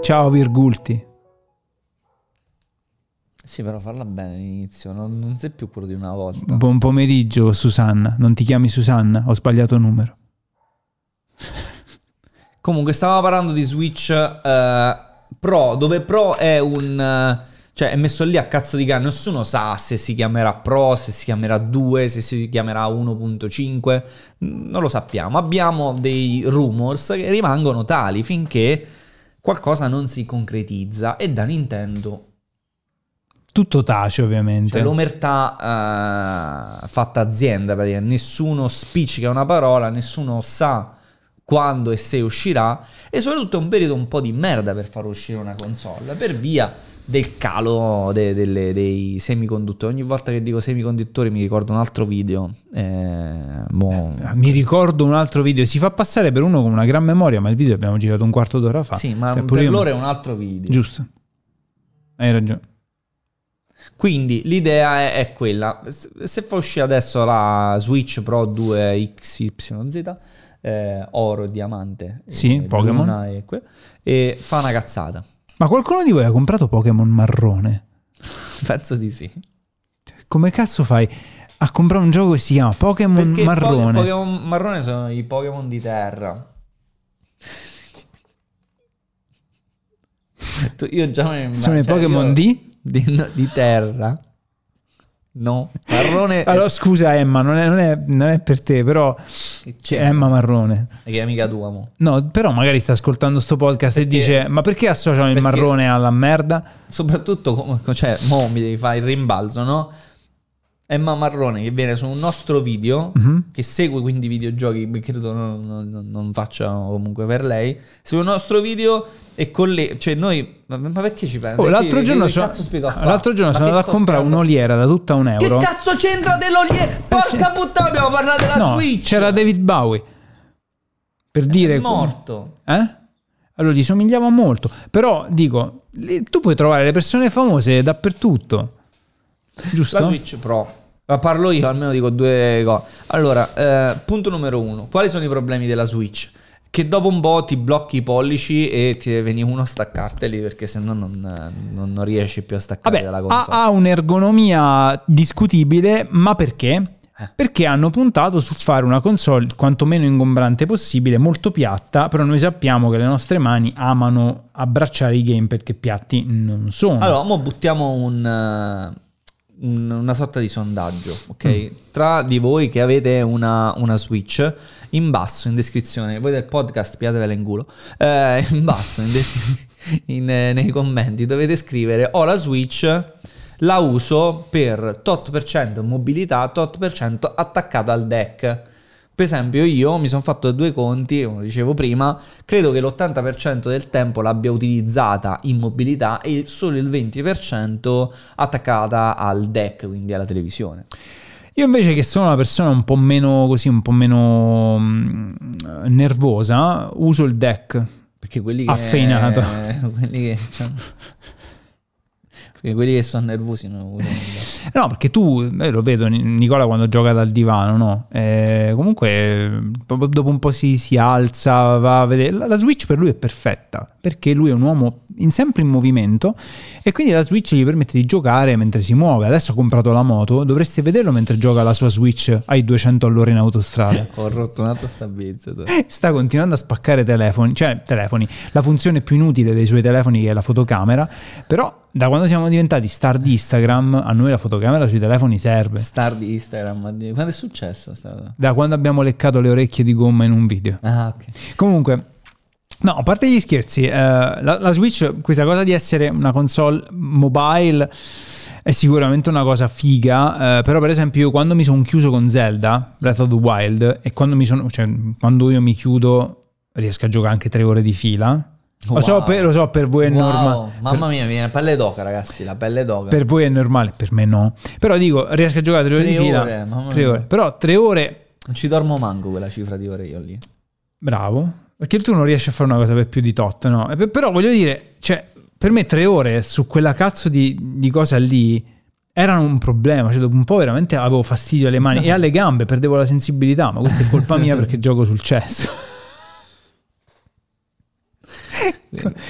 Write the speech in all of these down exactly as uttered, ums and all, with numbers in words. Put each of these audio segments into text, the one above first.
Ciao Virgulti. Sì, però farla bene all'inizio, non, non sei più quello di una volta. Buon pomeriggio Susanna, non ti chiami Susanna? Ho sbagliato numero. Comunque stavamo parlando di Switch uh, Pro, dove Pro è un... Uh, cioè è messo lì a cazzo di cane, nessuno sa se si chiamerà Pro, se si chiamerà due, se si chiamerà uno punto cinque, non lo sappiamo. Abbiamo dei rumors che rimangono tali finché qualcosa non si concretizza, e da Nintendo tutto tace, ovviamente. Cioè l'omertà uh, fatta azienda, perché nessuno spiccica una parola, nessuno sa quando e se uscirà, e soprattutto è un periodo un po' di merda per far uscire una console, per via del calo de- delle, dei semiconduttori. Ogni volta che dico semiconduttori mi ricordo un altro video. Eh, boh. Mi ricordo un altro video. Si fa passare per uno con una gran memoria, ma il video abbiamo girato un quarto d'ora fa. Sì, ma cioè, per io... loro è un altro video. Giusto. Hai ragione. Quindi l'idea è, è quella. Se fa uscire adesso la Switch Pro due X Y Z, eh, oro, diamante, sì, e Pokémon, e, que- e fa una cazzata. Ma qualcuno di voi ha comprato Pokémon marrone? Penso di sì. Come cazzo fai a comprare un gioco che si chiama Pokémon Perché marrone? I Pokémon marrone sono i Pokémon di terra. Io già me sono i cioè Pokémon io... di? Di, no, di terra. No, marrone. Allora scusa Emma, non è, non è, non è per te, però c'è Emma marrone. Che è amica tua, mo. No, però magari sta ascoltando sto podcast perché, e dice: ma perché associano il perché, marrone alla merda? Soprattutto, cioè, mo mi devi fare il rimbalzo, no? Emma Marrone che viene su un nostro video, mm-hmm. che segue quindi videogiochi, credo non, non, non faccia comunque per lei, segue il nostro video e con le, cioè noi, ma, ma perché ci pensi? Oh, l'altro che, giorno, che so, l'altro giorno sono andato a comprare spiegando? un'oliera da tutta un euro. Che cazzo c'entra dell'oliera? Porca puttana, abbiamo parlato della no, Switch. C'era David Bowie. Per è dire... È morto. Eh? Allora gli somigliava molto. Però dico, tu puoi trovare le persone famose dappertutto. Giusto? La Switch Pro. Ma parlo io, almeno dico due cose. Allora, eh, punto numero uno. Quali sono i problemi della Switch? Che dopo un po' ti blocchi i pollici e ti viene uno a staccarteli, perché sennò non, non, non riesci più a staccare Vabbè, dalla console. Ha, ha un'ergonomia discutibile, ma perché? Eh. Perché hanno puntato su fare una console quantomeno ingombrante possibile, molto piatta, però noi sappiamo che le nostre mani amano abbracciare i gamepad che piatti non sono. Allora, mo buttiamo un... una sorta di sondaggio, ok? Mm. Tra di voi che avete una, una Switch, in basso in descrizione, voi del podcast piatevela in culo, eh, in basso in des- in, eh, nei commenti dovete scrivere: ho la Switch, la uso per tot per cento mobilità, tot per cento attaccata al deck. Per esempio io mi sono fatto due conti, come dicevo prima, credo che l'ottanta per cento del tempo l'abbia utilizzata in mobilità e solo il venti per cento attaccata al deck, quindi alla televisione. Io invece, che sono una persona un po' meno così, un po' meno mh, nervosa, uso il deck. Perché quelli che... affeinato. Quelli che... Cioè... Perché quelli che sono nervosi non no, perché tu, eh, lo vedo Nicola quando gioca dal divano, no? Eh, comunque dopo un po' si, si alza, va a vedere. La, la Switch per lui è perfetta, perché lui è un uomo in, sempre in movimento, e quindi la Switch gli permette di giocare mentre si muove. Adesso ha comprato la moto, dovreste vederlo mentre gioca la sua Switch ai duecento all'ora in autostrada. Ho rotto un altro stabilizzatore. Sta continuando a spaccare telefoni, cioè telefoni, la funzione più inutile dei suoi telefoni, che è la fotocamera, però da quando siamo diventati star di Instagram, a noi la fotocamera sui telefoni serve. Star di Instagram? Quando è successo? Da quando abbiamo leccato le orecchie di gomma in un video. Ah, ok. Comunque, no, a parte gli scherzi, eh, la, la Switch, questa cosa di essere una console mobile è sicuramente una cosa figa, eh, però per esempio io quando mi sono chiuso con Zelda, Breath of the Wild, e quando mi sono, cioè quando io mi chiudo riesco a giocare anche tre ore di fila. Lo, wow. so per, lo so per voi è wow. normale. Mamma mia, viene la pelle d'oca, ragazzi, la pelle d'oca. Per voi è normale, per me no. Però dico, riesco a giocare tre ore di fila. Ore, mamma tre ore. Però tre ore... Non ci dormo manco quella cifra di ore io lì. Bravo. Perché tu non riesci a fare una cosa per più di tot, no? Però voglio dire, cioè, per me tre ore su quella cazzo di, di cosa lì erano un problema. Cioè, dopo un po' veramente avevo fastidio alle mani e alle gambe, perdevo la sensibilità. Ma questa è colpa mia perché gioco sul cesso.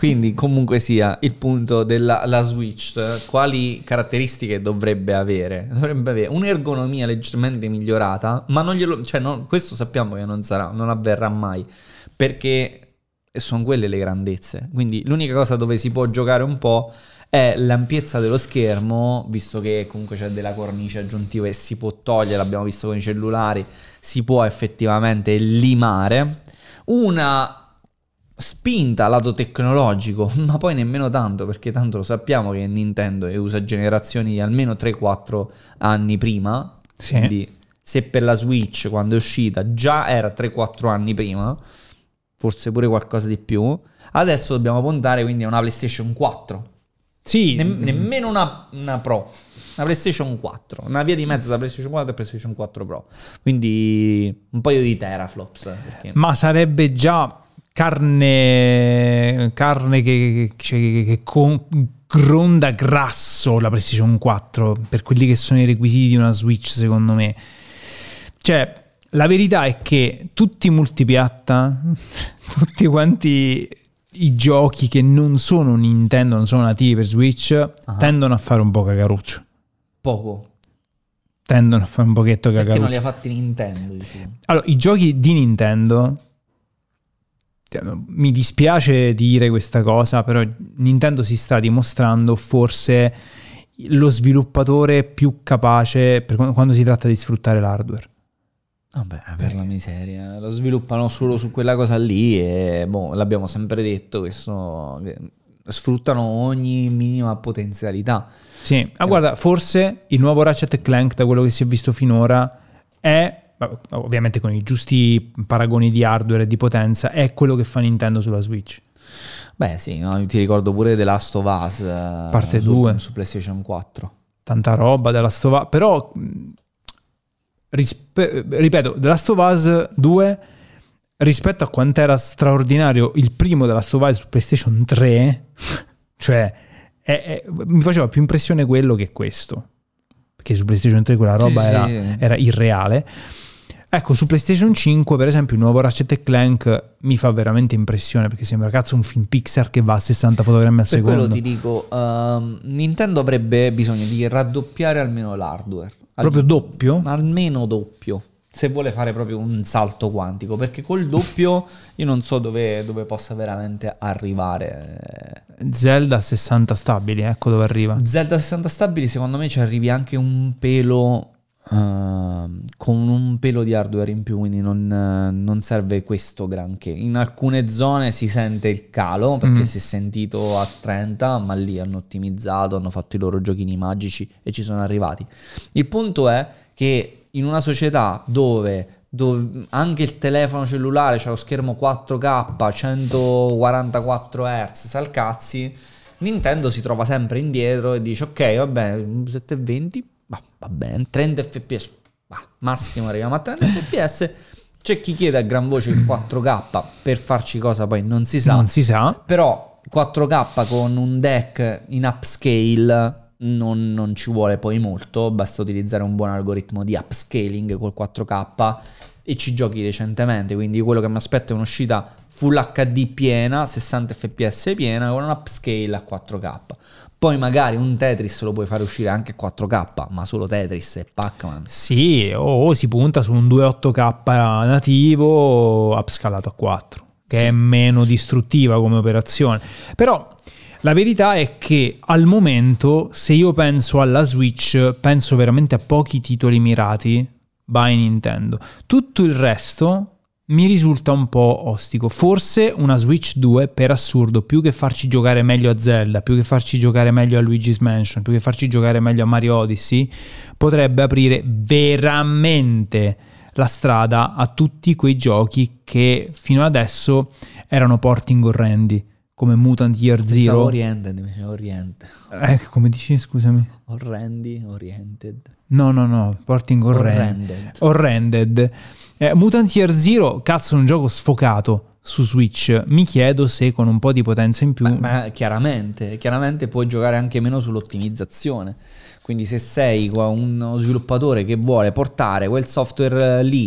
Quindi comunque sia il punto della la Switch, quali caratteristiche dovrebbe avere? Dovrebbe avere un'ergonomia leggermente migliorata, ma non glielo, cioè non, questo sappiamo che non sarà, non avverrà mai, perché sono quelle le grandezze. Quindi l'unica cosa dove si può giocare un po' è l'ampiezza dello schermo, visto che comunque c'è della cornice aggiuntiva e si può togliere, l'abbiamo visto con i cellulari, si può effettivamente limare. Una spinta lato tecnologico, ma poi nemmeno tanto, perché tanto lo sappiamo che Nintendo usa generazioni di almeno tre quattro anni prima, Sì. quindi se per la Switch quando è uscita già era tre quattro anni prima, forse pure qualcosa di più, adesso dobbiamo puntare quindi a una PlayStation quattro. Sì. Nem- nemmeno una, una Pro, una PlayStation quattro, una via di mezzo tra PlayStation quattro e PlayStation quattro Pro, quindi un paio di teraflops, perché... Ma sarebbe già carne carne che, che, che con, gronda grasso la PlayStation quattro per quelli che sono i requisiti di una Switch, secondo me. Cioè, la verità è che tutti i multipiatta, tutti quanti i giochi che non sono Nintendo, non sono nativi per Switch, uh-huh. tendono a fare un po' cagaruccio. Poco. Tendono a fare un pochetto cagaruccio. Perché non li ha fatti Nintendo, diciamo. Allora, i giochi di Nintendo, mi dispiace dire questa cosa, però Nintendo si sta dimostrando forse lo sviluppatore più capace per quando si tratta di sfruttare l'hardware. Vabbè, per la miseria, lo sviluppano solo su quella cosa lì e boh, l'abbiamo sempre detto, questo, che sfruttano ogni minima potenzialità. Sì, ah, guarda, forse il nuovo Ratchet and Clank, da quello che si è visto finora, è, ovviamente con i giusti paragoni di hardware e di potenza, è quello che fa Nintendo sulla Switch. Beh sì, no, ti ricordo pure The Last of Us parte su, due su PlayStation quattro. Tanta roba The Last of Us, però rispe- ripeto, The Last of Us due rispetto a quanto era straordinario il primo The Last of Us su PlayStation tre, cioè è, è, mi faceva più impressione quello che questo, perché su PlayStation tre quella roba sì, era, sì. era irreale. Ecco, su PlayStation cinque, per esempio, il nuovo Ratchet and Clank mi fa veramente impressione, perché sembra cazzo un film Pixar che va a sessanta fotogrammi al per secondo. Quello ti dico, uh, Nintendo avrebbe bisogno di raddoppiare almeno l'hardware. Proprio Al, doppio? Almeno doppio, se vuole fare proprio un salto quantico, perché col doppio io non so dove, dove possa veramente arrivare. Zelda a sessanta stabili, ecco dove arriva. Zelda a sessanta stabili, secondo me ci arrivi anche un pelo... Uh, con un pelo di hardware in più, quindi non, uh, non serve questo granché. In alcune zone si sente il calo perché mm. si è sentito a trenta, ma lì hanno ottimizzato, hanno fatto i loro giochini magici e ci sono arrivati. Il punto è che in una società dove, dove anche il telefono cellulare c'ha lo schermo quattro K, centoquarantaquattro hertz, salcazzi, Nintendo si trova sempre indietro e dice ok, vabbè, settecentoventi ma va bene, trenta F P S, bah, massimo arriviamo a trenta F P S. C'è chi chiede a gran voce il quattro K per farci cosa poi non si sa. Non si sa. Però quattro K con un deck in upscale non, non ci vuole poi molto, basta utilizzare un buon algoritmo di upscaling col quattro K e ci giochi decentemente. Quindi quello che mi aspetto è un'uscita Full H D piena, sessanta F P S piena, con un upscale a quattro K. Poi magari un Tetris lo puoi fare uscire anche a quattro K, ma solo Tetris e Pac-Man. Sì, o, o si punta su un due virgola otto K nativo upscalato a quattro, che sì. È meno distruttiva come operazione. Però la verità è che al momento, se io penso alla Switch, penso veramente a pochi titoli mirati by Nintendo. Tutto il resto mi risulta un po' ostico. Forse una Switch due, per assurdo, più che farci giocare meglio a Zelda, più che farci giocare meglio a Luigi's Mansion, più che farci giocare meglio a Mario Odyssey, potrebbe aprire veramente la strada a tutti quei giochi che fino adesso erano porting orrendi, come Mutant Year Zero. Pensavo Oriented, invece Oriente. Eh, come dici, scusami? Orrendi, Oriented. No, no, no, porting orrendi. Orrended. Eh, Mutant Year Zero, cazzo, un gioco sfocato su Switch. Mi chiedo se con un po' di potenza in più... Ma, ma chiaramente, chiaramente puoi giocare anche meno sull'ottimizzazione. Quindi se sei uno sviluppatore che vuole portare quel software lì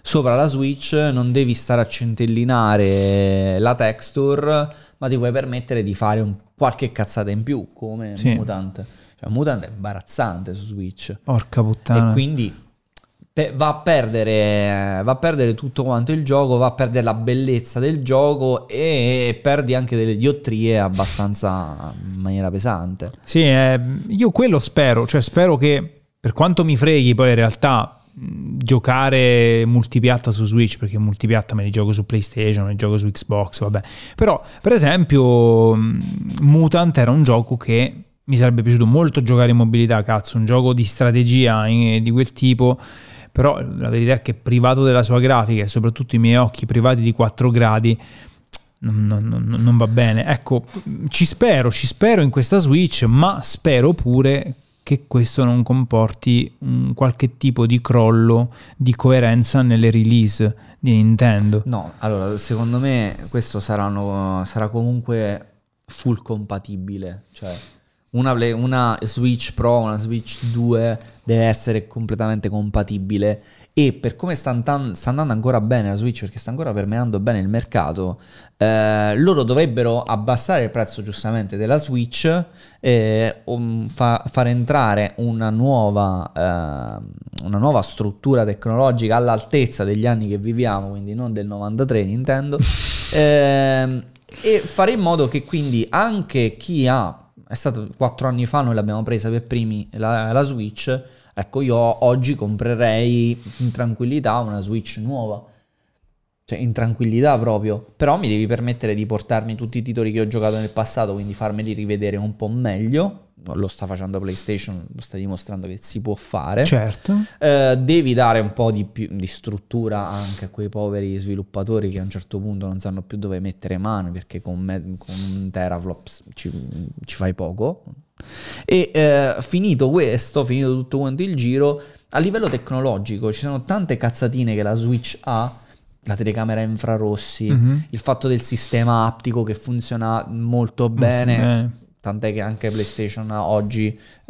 sopra la Switch non devi stare a centellinare la texture, ma ti puoi permettere di fare un, qualche cazzata in più, come Sì. Mutant. Cioè, Mutant è imbarazzante su Switch. Porca puttana. E quindi pe- va a perdere va a perdere tutto quanto il gioco, va a perdere la bellezza del gioco e perdi anche delle diottrie abbastanza in maniera pesante. Sì, eh, io quello spero, cioè spero che, per quanto mi freghi poi in realtà mh, giocare multipiatta su Switch, perché multipiatta me li gioco su PlayStation, me li gioco su Xbox, vabbè. Però, per esempio, mh, Mutant era un gioco che mi sarebbe piaciuto molto giocare in mobilità, cazzo, un gioco di strategia in- di quel tipo, però la verità è che privato della sua grafica e soprattutto i miei occhi privati di quattro gradi non, non- non- non va bene. Ecco, ci spero, ci spero in questa Switch, ma spero pure che questo non comporti un qualche tipo di crollo di coerenza nelle release di Nintendo. No, allora, secondo me questo saranno, sarà comunque full compatibile, cioè una, Play- una Switch Pro, una Switch due deve essere completamente compatibile, e per come sta, andan- sta andando ancora bene la Switch, perché sta ancora permeando bene il mercato, eh, loro dovrebbero abbassare il prezzo giustamente della Switch, eh, um, fa- far entrare una nuova, eh, una nuova struttura tecnologica all'altezza degli anni che viviamo, quindi non del novantatré Nintendo, ehm, e fare in modo che quindi anche chi ha, è stato quattro anni fa, noi l'abbiamo presa per primi la, la Switch, ecco, io oggi comprerei in tranquillità una Switch nuova, cioè in tranquillità proprio, però mi devi permettere di portarmi tutti i titoli che ho giocato nel passato, quindi farmeli rivedere un po' meglio. Lo sta facendo PlayStation, lo sta dimostrando che si può fare. Certo. Eh, devi dare un po' di, più, di struttura anche a quei poveri sviluppatori che a un certo punto non sanno più dove mettere mano, perché con, me, con un teraflops ci, ci fai poco. E eh, finito questo, finito tutto quanto il giro, a livello tecnologico ci sono tante cazzatine che la Switch ha. La telecamera infrarossi, Mm-hmm. il fatto del sistema aptico che funziona molto bene, Molto bene. tant'è che anche PlayStation oggi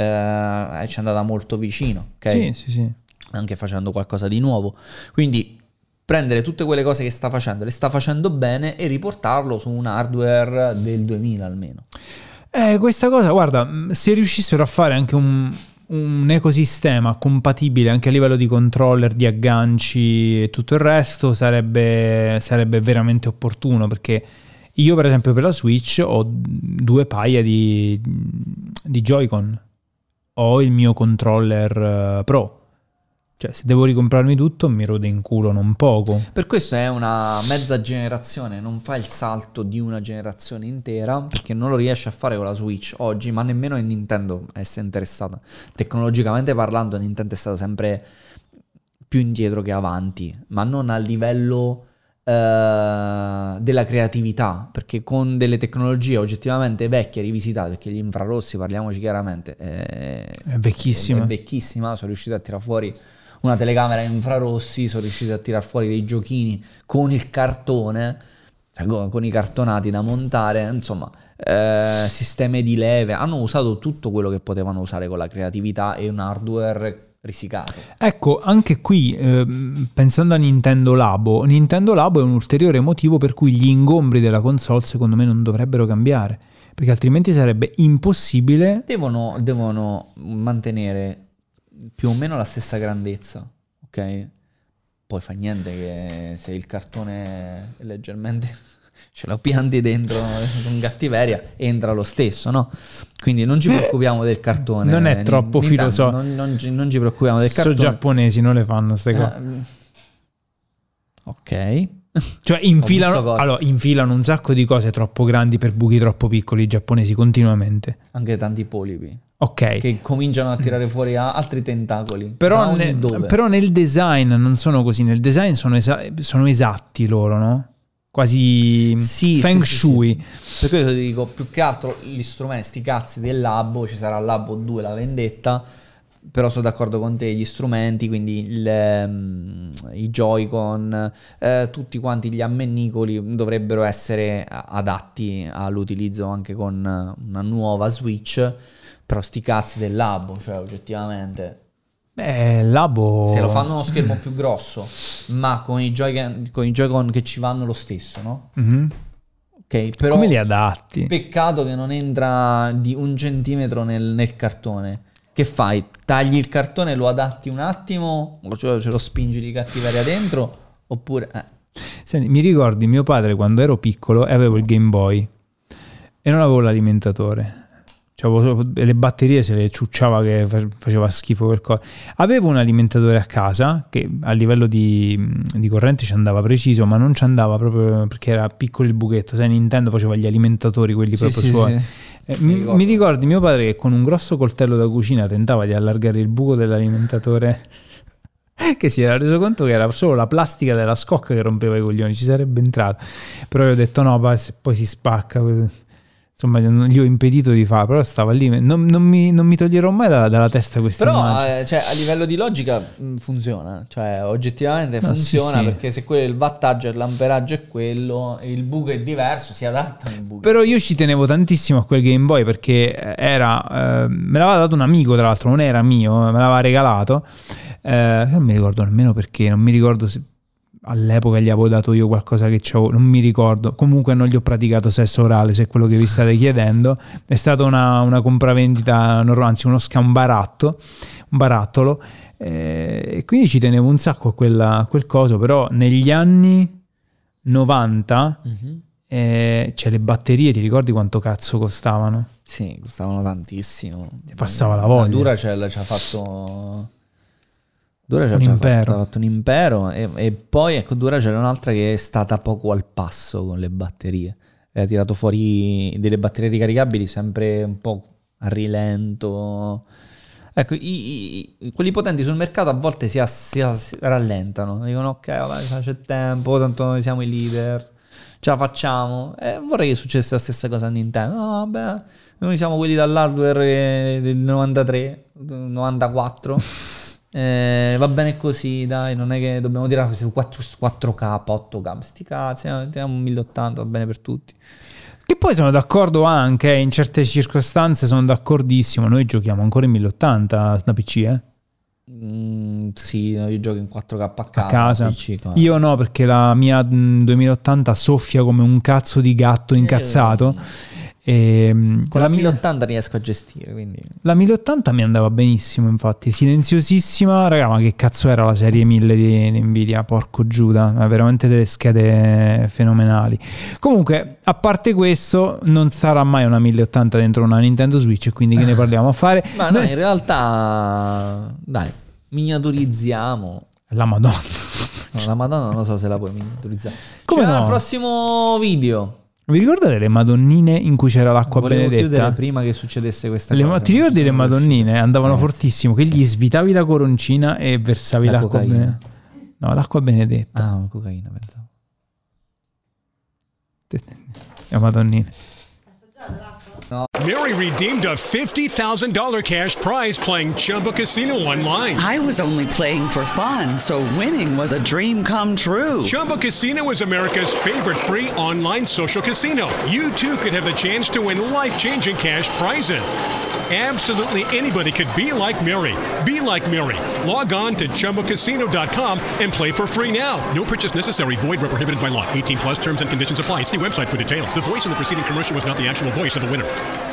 eh, ci è andata molto vicino, ok? Sì, sì, sì. Anche facendo qualcosa di nuovo. Quindi prendere tutte quelle cose che sta facendo, le sta facendo bene, e riportarlo su un hardware del duemila almeno. Eh, questa cosa, guarda, se riuscissero a fare anche un, un ecosistema compatibile anche a livello di controller, di agganci e tutto il resto, sarebbe, sarebbe veramente opportuno, perché io per esempio per la Switch ho due paia di, di Joy-Con, ho il mio controller uh, Pro, cioè se devo ricomprarmi tutto mi rode in culo non poco. Per questo è una mezza generazione, non fa il salto di una generazione intera, perché non lo riesce a fare con la Switch oggi, ma nemmeno in Nintendo è interessata. Tecnologicamente parlando, Nintendo è stata sempre più indietro che avanti, ma non a livello eh, della creatività, perché con delle tecnologie oggettivamente vecchie, rivisitate, perché gli infrarossi, parliamoci chiaramente, è, È vecchissima. è vecchissima, sono riusciti a tirare fuori una telecamera infrarossi, sono riusciti a tirar fuori dei giochini con il cartone, cioè con, con i cartonati da montare, insomma, eh, sistemi di leve, hanno usato tutto quello che potevano usare con la creatività e un hardware risicato. Ecco, anche qui, ehm, pensando a Nintendo Labo, Nintendo Labo è un ulteriore motivo per cui gli ingombri della console secondo me non dovrebbero cambiare, perché altrimenti sarebbe impossibile. Devono, devono mantenere più o meno la stessa grandezza, ok? Poi fa niente che se il cartone è leggermente ce lo pianti dentro con cattiveria, entra lo stesso, no? Quindi non ci preoccupiamo del cartone. Non è troppo Nintendo, filosofico. non, non, ci- non ci preoccupiamo del Sono cartone. giapponesi, non le fanno ste cose. Eh, ok. Cioè visto infilano, cose. allora, infilano un sacco di cose troppo grandi per buchi troppo piccoli i giapponesi continuamente. Anche tanti polipi Ok. che cominciano a tirare fuori a- altri tentacoli. Però, Da ogni ne- dove. però nel design non sono così. Nel design sono, esa- sono esatti loro, no? Quasi Sì, feng sì, sì, shui. sì. Per questo ti dico, più che altro gli strumenti, sti cazzi del Labo, ci sarà il Labo due, la vendetta, però sono d'accordo con te, gli strumenti, quindi il, ehm, i Joy-Con, eh, tutti quanti gli ammennicoli dovrebbero essere a- adatti all'utilizzo anche con una nuova Switch, però sti cazzi del Labo, cioè oggettivamente Eh, Labo... Se lo fanno uno schermo più grosso, ma con i Joy-Con, con i Joy-Con che ci vanno lo stesso, no? Mm-hmm. Ok, però... Come li adatti? Peccato che non entra di un centimetro nel, nel cartone. Che fai? Tagli il cartone, lo adatti un attimo, o ce lo, ce lo spingi di cattiveria dentro, oppure... Eh. Senti, mi ricordi mio padre quando ero piccolo e avevo il Game Boy e non avevo l'alimentatore. Cioè, avevo, le batterie se le ciucciava che faceva schifo quel coso. Avevo un alimentatore a casa che a livello di, di corrente ci andava preciso, ma non ci andava proprio perché era piccolo il buchetto. Sai, Nintendo faceva gli alimentatori, quelli sì, proprio sì, suoi. Sì. Eh, mi, ricordo. mi ricordi mio padre che con un grosso coltello da cucina tentava di allargare il buco dell'alimentatore che si era reso conto che era solo la plastica della scocca che rompeva i coglioni, ci sarebbe entrato. Però io ho detto no, poi si spacca. Insomma, gli ho impedito di fare, però stava lì. Non, non, mi, non mi toglierò mai dalla, dalla testa questa però eh, cioè, a livello di logica mh, funziona. Cioè, oggettivamente no, funziona sì, sì. Perché se quello, il wattaggio e l'amperaggio è quello, il buco è diverso, si adatta al buco. Però io ci tenevo tantissimo a quel Game Boy perché era... Eh, me l'aveva dato un amico, tra l'altro, non era mio, me l'aveva regalato. Eh, non mi ricordo nemmeno perché, non mi ricordo se... all'epoca gli avevo dato io qualcosa che c'avevo, non mi ricordo, comunque non gli ho praticato sesso orale, se è quello che vi state chiedendo. È stata una, una compravendita normale, anzi uno scambaratto, un barattolo, eh, e quindi ci tenevo un sacco a, quella, a quel coso. Però negli anni novanta mm-hmm. eh, cioè le batterie, ti ricordi quanto cazzo costavano? Sì, costavano tantissimo, ti passava la voglia. La Duracell ci ha fatto... Duracell un ci ha impero. fatto, fatto un impero e, e poi ecco Duracell è un'altra che è stata poco al passo con le batterie, ha tirato fuori delle batterie ricaricabili sempre un po' a rilento. Ecco, i, i, quelli potenti sul mercato a volte si, si, si rallentano, dicono ok, vabbè, c'è tempo, tanto noi siamo i leader, ce la facciamo. E vorrei che successe la stessa cosa a Nintendo. No, vabbè, noi siamo quelli dall'hardware del novantatré, novantaquattro. Eh, va bene così, dai, non è che dobbiamo tirare su quattro K, otto K, sti cazzi, teniamo mille ottanta, va bene per tutti. Che poi sono d'accordo anche, in certe circostanze sono d'accordissimo, noi giochiamo ancora in mille ottanta da P C, eh? Mm, sì, io gioco in quattro K a casa, a casa. P C, Io no, perché la mia duemila ottanta soffia come un cazzo di gatto incazzato. Eh. E con la mille ottanta riesco a gestire, quindi la mille ottanta mi andava benissimo, infatti silenziosissima, raga, ma che cazzo era la serie mille di, di Nvidia, porco Giuda, veramente delle schede fenomenali. Comunque, a parte questo, non sarà mai una mille ottanta dentro una Nintendo Switch, e quindi che ne parliamo a fare? Ma no, in realtà dai, miniaturizziamo la Madonna. No, la Madonna non lo so se la puoi miniaturizzare. Come no? Al prossimo video. Vi ricordate le madonnine in cui c'era l'acqua Volevo benedetta? Chiudere prima che succedesse questa le, cosa. Ti ricordi le madonnine? Riuscito. Andavano eh, fortissimo, che gli svitavi la coroncina e versavi la l'acqua benedetta. No, l'acqua benedetta. Ah, cocaina, pensavo. Le madonnine. No. Mary redeemed a fifty thousand dollars cash prize playing Chumba Casino online. I was only playing for fun, so winning was a dream come true. Chumba Casino is America's favorite free online social casino. You too could have the chance to win life-changing cash prizes. Absolutely anybody could be like Mary. Be like Mary. Log on to chumba casino dot com and play for free now. No purchase necessary. Void where prohibited by law. eighteen plus terms and conditions apply. See website for details. The voice in the preceding commercial was not the actual voice of the winner.